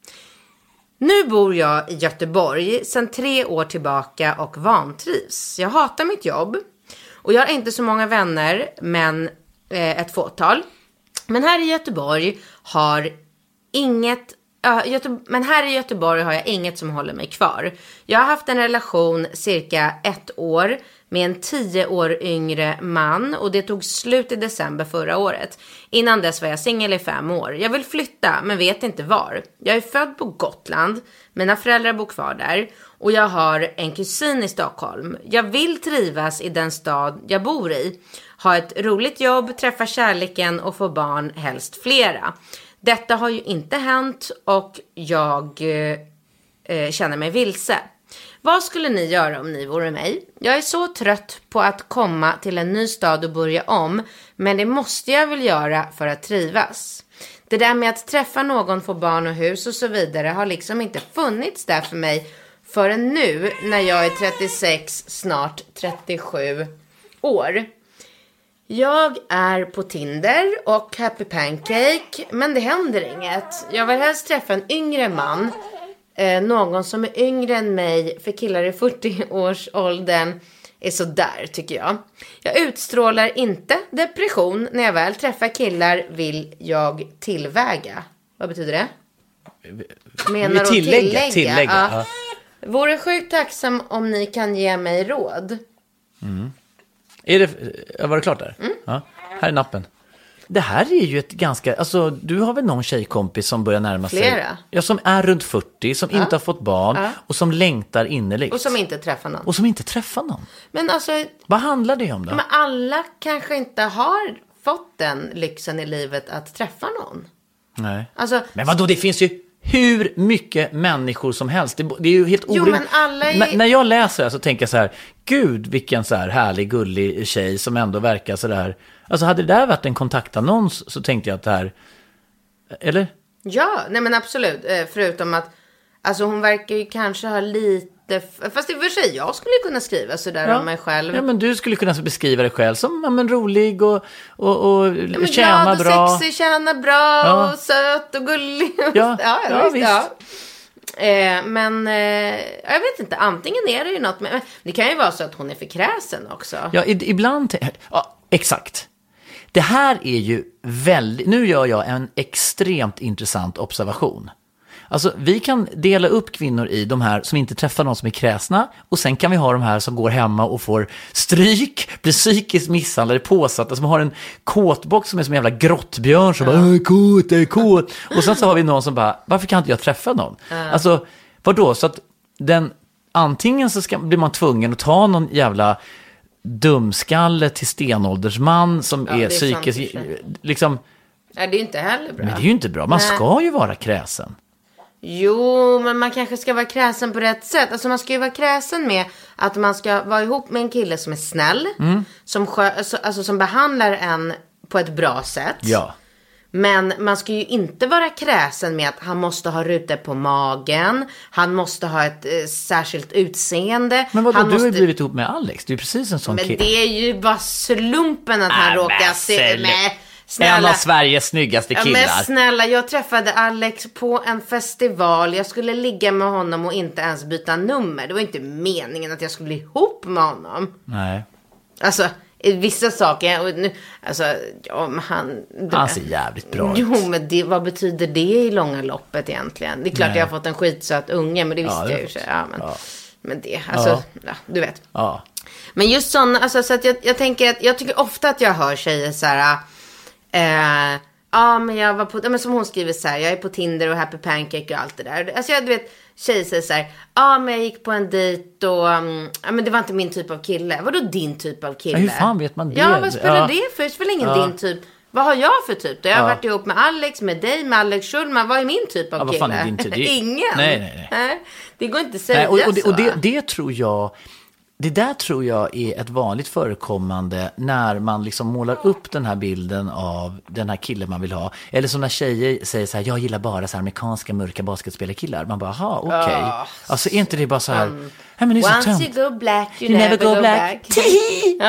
Nu bor jag i Göteborg sedan tre år tillbaka och vantrivs. Jag hatar mitt jobb. Och jag har inte så många vänner, men eh, ett fåtal. Men här i Göteborg har inget... Ja, Göte- men här i Göteborg har jag inget som håller mig kvar. Jag har haft en relation cirka ett år med en tio år yngre man och det tog slut i december förra året. Innan dess var jag singel i fem år. Jag vill flytta men vet inte var. Jag är född på Gotland, mina föräldrar bor kvar där och jag har en kusin i Stockholm. Jag vill trivas i den stad jag bor i. Ha ett roligt jobb, träffa kärleken och få barn, helst flera. Detta har ju inte hänt och jag eh, känner mig vilse. Vad skulle ni göra om ni vore mig? Jag är så trött på att komma till en ny stad och börja om, men det måste jag väl göra för att trivas. Det där med att träffa någon, få barn och hus och så vidare har liksom inte funnits där för mig förrän nu när jag är trettiosex, snart trettiosju år. Jag är på Tinder och Happy Pancake, men det händer inget. Jag vill helst träffa en yngre man, eh, någon som är yngre än mig, för killar i fyrtio-årsåldern är så där tycker jag. Jag utstrålar inte depression. När jag väl träffar killar vill jag tillväga. Vad betyder det? Menar du tillägga? tillägga? tillägga ja. Ja. Vore sjukt tacksam om ni kan ge mig råd. Mm. Är det, var det klart där? Mm. Ja. Här är nappen. Det här är ju ett ganska... Alltså, du har väl någon tjejkompis som börjar närma sig... Flera. Ja, som är runt fyrtio, som ja. inte har fått barn ja. och som längtar innerligt. Och som inte träffar någon. Och som inte träffar någon. Men alltså... Vad handlar det om då? Men alla kanske inte har fått den lyxen i livet att träffa någon. Nej. Alltså... Men vadå, det finns ju hur mycket människor som helst. Det, det är ju helt orimligt. Jo, men alla är... N- när jag läser det så tänker jag så här, gud vilken så här härlig, gullig tjej som ändå verkar så där. Alltså hade det där varit en kontaktannons så tänkte jag att det här, eller? Ja, nej men absolut. Förutom att, alltså hon verkar ju kanske ha lite, fast i och för sig, jag skulle kunna skriva sådär ja. om mig själv. Ja, men du skulle kunna beskriva dig själv som ja, men, rolig och, och, och ja, tjäna glad och bra. sexig, tjäna bra ja. och söt och gullig. Ja, ja, ja, ja visst. Ja. Eh, men eh, jag vet inte, antingen är det ju något, men det kan ju vara så att hon är för kräsen också. Ja, i, ibland, ja, exakt. Det här är ju väldigt, nu gör jag en extremt intressant observation. Alltså vi kan dela upp kvinnor i de här som inte träffar någon som är kräsna och sen kan vi ha de här som går hemma och får stryk, blir psykiskt misshandlade, påsatta, som har en kåtbox som är som en jävla grottbjörn som ja. bara, jag är kåt, jag är kåt. Och sen så har vi någon som bara, varför kan inte jag träffa någon? Ja. Alltså, vadå? Så att den, antingen så ska, blir man tvungen att ta någon jävla dumskalle till stenåldersman som ja, är psykiskt liksom. Nej, det är ju inte heller bra. Men det är ju inte bra. Man Nej. ska ju vara kräsen. Jo, men man kanske ska vara kräsen på rätt sätt. Alltså man ska ju vara kräsen med att man ska vara ihop med en kille som är snäll. Mm. Som, skö- alltså, som behandlar en på ett bra sätt. Ja. Men man ska ju inte vara kräsen med att han måste ha rutor på magen. Han måste ha ett eh, särskilt utseende. Men vadå, han du måste... har ju blivit ihop med Alex. Du är precis en sån men kille. Men det är ju bara slumpen att han äh, råkar se med... Snälla. En av Sveriges snyggaste killar. Ja, men snälla, jag träffade Alex på en festival. Jag skulle ligga med honom och inte ens byta nummer. Det var inte meningen att jag skulle bli ihop med honom. Nej. Alltså, vissa saker. Och nu, alltså, ja, men han... Han ser jävligt bra ut. Jo, men det, vad betyder det i långa loppet egentligen? Det är klart Nej. jag har fått en skitsöt unge, men det visste ja, det jag ju. Ja, men, ja. men det, alltså, ja. Ja, du vet. Ja. Men just sådana, alltså, så att jag, jag tänker att, jag tycker ofta att jag hör tjejer så här... Eh, ja, men jag var på, men som hon skriver så här, jag är på Tinder och Happy Pancake och allt det där. Alltså jag, du vet, tjejer säger så här, ja, men jag gick på en dejt och, um, ja, men det var inte min typ av kille. Vadå din typ av kille? Ja, hur fan vet man det? Ja, vad spelar ja. det för? Det spelar ingen ja. din typ. Vad har jag för typ då? Jag har ja. varit ihop med Alex, med dig, med Alex Schulman. Vad är min typ av ja, kille? Vad fan är din typ? Det är... Ingen. Nej, nej, nej. Det går inte att säga nej, och, och, det, så. Och det, det tror jag... Det där tror jag är ett vanligt förekommande när man liksom målar upp den här bilden av den här killen man vill ha. Eller som när tjejer säger så här, jag gillar bara så här amerikanska mörka basketspelarkillar. Man bara, aha, okej. Okay. Oh, alltså är inte det bara så här, um, nej, men det är once så you go black, you, you never, never go, go black. back. Ti,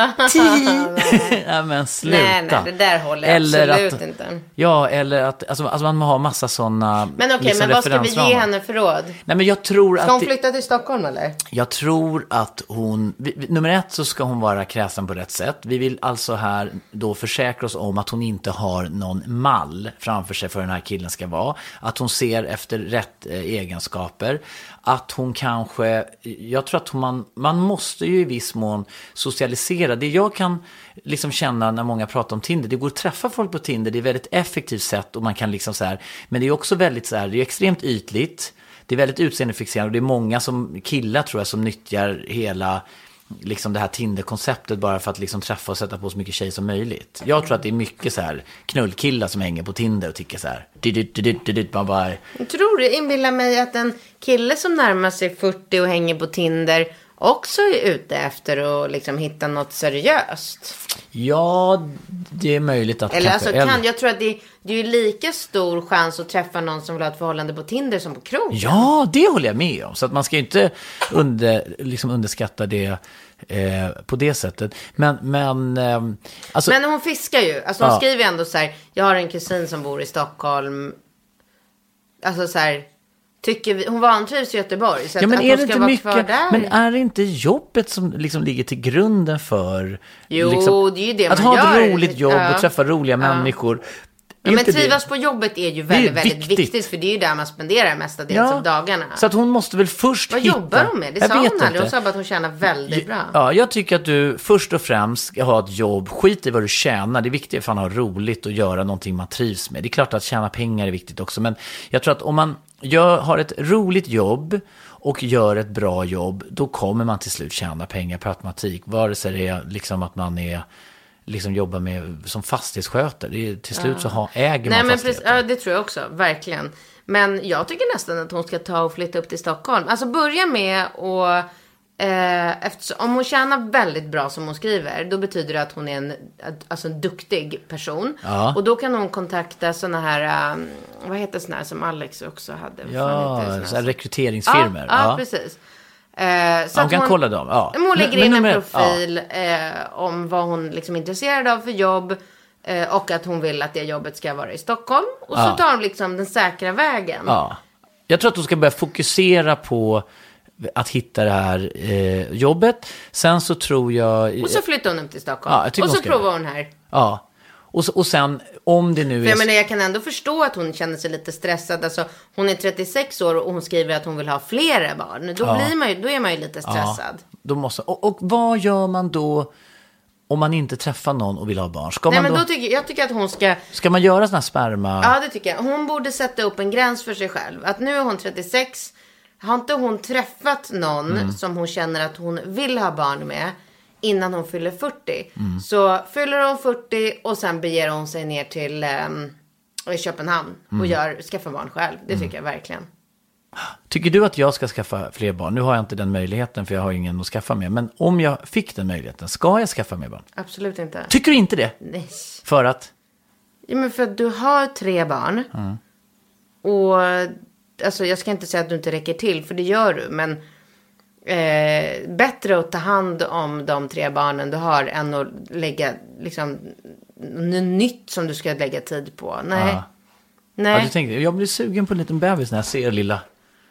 ti. Ja, men sluta. Nej, nej, det där håller jag eller absolut att, inte. Ja, eller att, alltså, alltså man har massa sådana. Men okej, okay, liksom men vad ska vi ge henne för råd? Nej, men jag tror ska att hon flytta till Stockholm eller? Jag tror att hon, vi, nummer ett så ska hon vara kräsen på rätt sätt. Vi vill alltså här då försäkra oss om att hon inte har någon mall framför sig för den här killen ska vara. Att hon ser efter rätt eh, egenskaper. Att hon kanske, jag tror att hon, man, man måste ju i viss mån socialisera. Det jag kan liksom känna när många pratar om Tinder, det går att träffa folk på Tinder, det är ett väldigt effektivt sätt och man kan liksom så här, men det är också väldigt så här, det är extremt ytligt, det är väldigt utseendefixerande och det är många som killar tror jag som nyttjar hela liksom det här Tinder-konceptet bara för att liksom träffa och sätta på så mycket tjej som möjligt. Jag tror att det är mycket så här knullkillar som hänger på Tinder och tycker så här didit, didit, didit, man bara... Jag tror du inbillar mig att en kille som närmar sig fyrtio och hänger på Tinder också är ute efter att liksom hitta något seriöst. Ja, det är möjligt att... Eller kanske, alltså kan, jag tror att det, det är ju lika stor chans att träffa någon som vill ha ett förhållande på Tinder som på krogen. Ja, det håller jag med om. Så att man ska inte under, liksom underskatta det eh, på det sättet. Men, men, eh, alltså, men hon fiskar ju. Alltså hon ja. skriver ändå så här, jag har en kusin som bor i Stockholm. Alltså så här... Tycker vi, hon vantrivs i Göteborg så ja, men att, är att det hon ska inte vara mycket, kvar där. Men är det inte jobbet som liksom ligger till grunden för jo, liksom, det är ju det att man ha gör. ett roligt jobb ja. och träffa roliga ja. människor. Ja, men trivas på jobbet är ju väldigt, väldigt viktigt. viktigt för det är ju där man spenderar mestadels ja. av dagarna. Så att hon måste väl först Vad hitta... jobbar hon med? Det sa hon aldrig. Hon sa bara att hon tjänar väldigt bra. Ja, jag tycker att du först och främst ska ha ett jobb. Skit i vad du tjänar. Det är viktigt för att ha roligt och göra någonting man trivs med. Det är klart att tjäna pengar är viktigt också. Men jag tror att om man gör, har ett roligt jobb och gör ett bra jobb, då kommer man till slut tjäna pengar per automatik. Vare sig det är liksom att man är... liksom jobba med som fastighetsskötare. Det är, till slut ja. så ha, äger Nej, man men fastigheter. precis, ja, det tror jag också, verkligen. Men jag tycker nästan att hon ska ta och flytta upp till Stockholm. Alltså börja med att eh, eftersom, om hon tjänar väldigt bra som hon skriver, då betyder det att hon är en, alltså en duktig person. Ja. Och då kan hon kontakta såna här, um, vad heter såna här som Alex också hade? Ja, så här rekryteringsfirmor. Ja, ja, ja. precis. Eh, så ja, hon att kan hon, kolla dem. Ja. Hon lägger men, in men, en profil ja. eh, om vad hon liksom är intresserad av för jobb. Eh, och att hon vill att det jobbet ska vara i Stockholm. Och så ja. tar hon liksom den säkra vägen. Ja. Jag tror att hon ska börja fokusera på att hitta det här eh, jobbet. Sen så tror jag... Och så flyttar hon upp till Stockholm. Ja, och så ska... provar hon här. Ja. Och, så, och sen om det nu för är... jag menar, jag kan ändå förstå att hon känner sig lite stressad. Alltså, hon är trettiosex år och hon skriver att hon vill ha flera barn. Då, ja. blir man ju, då är man ju lite stressad. Ja, då måste, och, och vad gör man då om man inte träffar någon och vill ha barn? Ska Nej, man men då, då tycker, jag tycker att hon ska... Ska man göra såna här sperma... Ja, det tycker jag. Hon borde sätta upp en gräns för sig själv. Att nu är hon trettiosex. Har inte hon träffat någon mm. som hon känner att hon vill ha barn med innan hon fyller fyrtio. Mm. Så fyller hon fyrtio och sen beger hon sig ner till um, Köpenhamn mm. och gör, skaffar barn själv. Det tycker mm. jag verkligen. Tycker du att jag ska skaffa fler barn? Nu har jag inte den möjligheten för jag har ingen att skaffa med. Men om jag fick den möjligheten, ska jag skaffa mer barn? Absolut inte. Tycker du inte det? Nej. För att? Ja, men för att du har tre barn. Mm. Och alltså, jag ska inte säga att du inte räcker till, för det gör du. Men eh, bättre att ta hand om de tre barnen du har än att lägga liksom, något nytt som du ska lägga tid på. Nej. Ja. Nej. Ja, du tänkte, jag blir sugen på en liten bebis när jag ser lilla.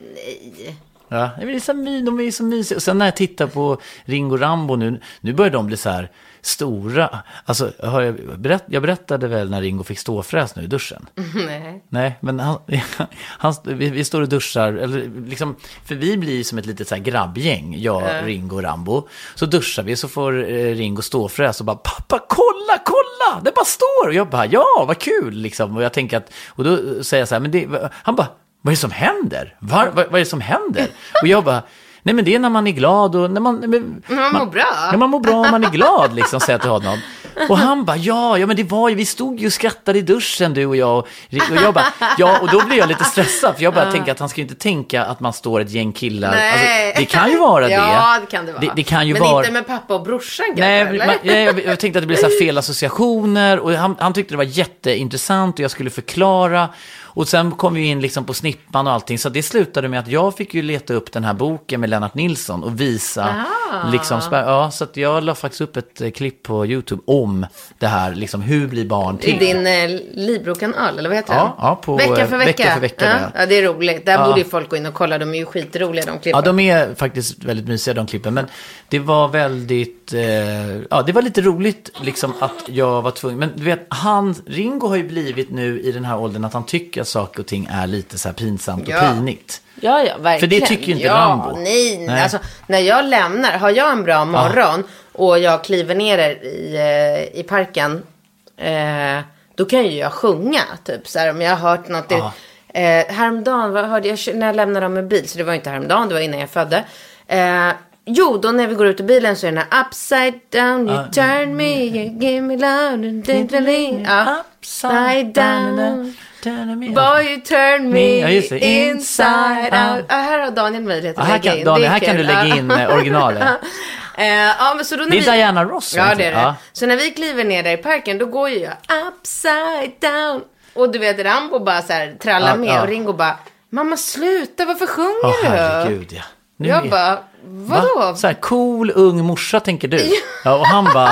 Nej. Ja, det är så my, de är så mysiga. Och sen när jag tittar på Ringo Rambo nu, nu börjar de bli så här stora. Alltså, har jag, berätt, jag berättade väl när Ringo fick ståfräs nu i duschen? Nej. Nej, men han, han, vi, vi står och duschar, eller liksom, för vi blir som ett litet så här grabbgäng, jag, mm. Ringo och Rambo. Så duschar vi, så får eh, Ringo ståfräs och bara, pappa, kolla, kolla, det bara står. Och jag bara, ja, vad kul, liksom. Och jag tänker att, och då säger jag så här, men det, han bara, vad är det som händer? Var, vad, vad är det som händer? Och jag bara, nej men det är när man är glad och när man... Men, man mår bra. När man mår bra och man är glad, liksom, säger till honom. Och han bara, ja, ja men det var ju, vi stod ju och skrattade i duschen, du och jag. Och jag bara, ja, och då blir jag lite stressad. För jag bara uh. tänker att han ska inte tänka att man står ett gäng killar. Alltså, det kan ju vara det. Ja, det kan det vara. Det, det kan ju men vara... inte med pappa och brorsan. Nej, man, jag, jag, jag tänkte att det blev så här fel associationer. Och han, han tyckte det var jätteintressant och jag skulle förklara. Och sen kom vi in liksom på snippan och allting. Så det slutade med att jag fick ju leta upp den här boken med Lennart Nilsson och visa. Liksom, ja, så att jag la faktiskt upp ett eh, klipp på YouTube om det här. Liksom, hur blir barn till? I din eh, Libro-kanal, eller vad heter ja, den? Ja, på vecka för vecka. vecka, för vecka ja, ja, det är roligt. Där ja. Borde ju folk gå in och kolla. De är ju skitroliga, de klippen. Ja, de är faktiskt väldigt mysiga, de klippen. Men det var väldigt... Eh, ja, det var lite roligt liksom att jag var tvungen. Men du vet, han, Ringo har ju blivit nu i den här åldern att han tycker att saker och ting är lite så här pinsamt ja. och pinigt. Ja, ja, verkligen. För det tycker ju inte ja, Rambo. Nej, nej. Alltså, när jag lämnar, har jag en bra morgon ja. Och jag kliver ner i, i parken, eh, då kan ju jag sjunga, typ så här, om jag har hört något. Ja. Eh, häromdagen vad hörde jag när jag lämnade dem med bil, så det var inte häromdagen, det var innan jag födde. Eh, jo, då när vi går ut i bilen så är den här upside down, you uh, turn me, you give me love, uh, upside down. Boy, you turn me ja, just det. Inside uh, out. Uh, här har Daniel möjlighet att uh, lägga kan, in. Daniel, här kan du lägga in uh, originalet. uh, ja, men så då när det är vi... Diana Ross. Ja, det är det. Ja. Så när vi kliver ner där i parken, då går ju jag upside down. Och du vet, Rambo bara så här trallar uh, med. Uh. Och Ringo bara, mamma sluta, varför sjunger oh, du? Herregud, ja. Nu jag är... bara, vadå? Va? Så här, cool, ung morsa, tänker du. Ja, och han bara,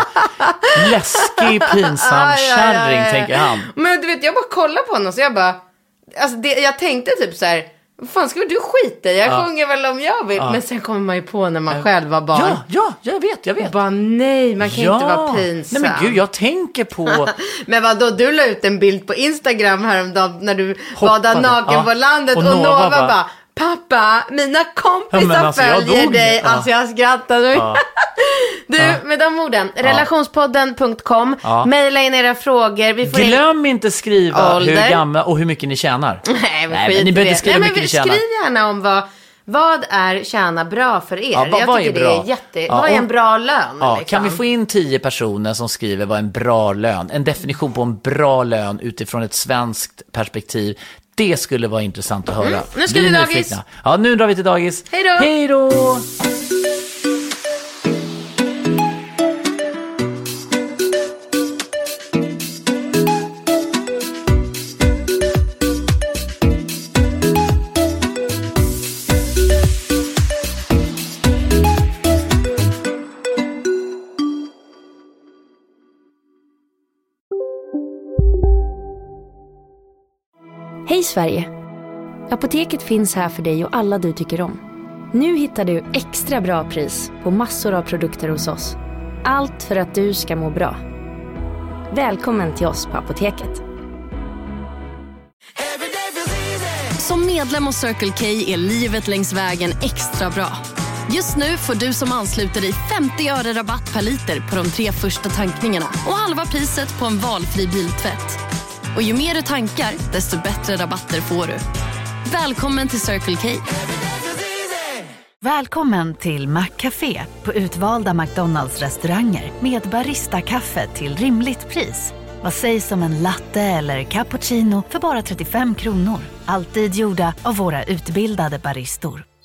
läskig, pinsam aj, kärring, aj, aj. tänker han. Men du vet, jag bara kollar på honom så jag bara, alltså det, jag tänkte typ så här, vad fan ska du skita i? Jag ja. sjunger väl om jag vill. Ja. Men sen kommer man ju på när man själv var barn. Ja, ja, jag vet, jag vet. Bara nej, man kan ja. inte vara pinsam. Nej men gud, jag tänker på... Men vadå, du la ut en bild på Instagram häromdagen när du var där naken ja. på landet. Och, och Nova, Nova bara... bara pappa, mina kompisar ja, alltså, följer dig. Ja. Alltså jag skrattade. Ja. Du, ja. med de orden. Ja. Relationspodden punkt com. Ja. Maila in era frågor. Vi får Glöm in... inte skriva ålder. Hur gamla och hur mycket ni tjänar. Nej, men, Nej, men ni behöver inte skriva hur mycket ni tjänar. Skriv gärna om vad... Vad är tjäna bra för er? Ja, vad, jag vad tycker är bra? det är jätte... Ja, vad är en bra lön? Ja, liksom? Kan vi få in tio personer som skriver vad en bra lön? En definition på en bra lön utifrån ett svenskt perspektiv. Det skulle vara intressant att höra. Mm, nu ska vi dagis. Ja, nu drar vi till dagis. Hej då. Hej då. Hej Sverige! Apoteket finns här för dig och alla du tycker om. Nu hittar du extra bra pris på massor av produkter hos oss. Allt för att du ska må bra. Välkommen till oss på Apoteket. Som medlem hos Circle K är livet längs vägen extra bra. Just nu får du som ansluter dig femtio öre rabatt per liter på de tre första tankningarna och halva priset på en valfri biltvätt. Och ju mer du tankar, desto bättre rabatter får du. Välkommen till Circle K. Välkommen till McCafé på utvalda McDonalds restauranger med barista-kaffe till rimligt pris. Vad sägs om en latte eller cappuccino för bara trettiofem kronor? Alltid gjorda av våra utbildade baristor.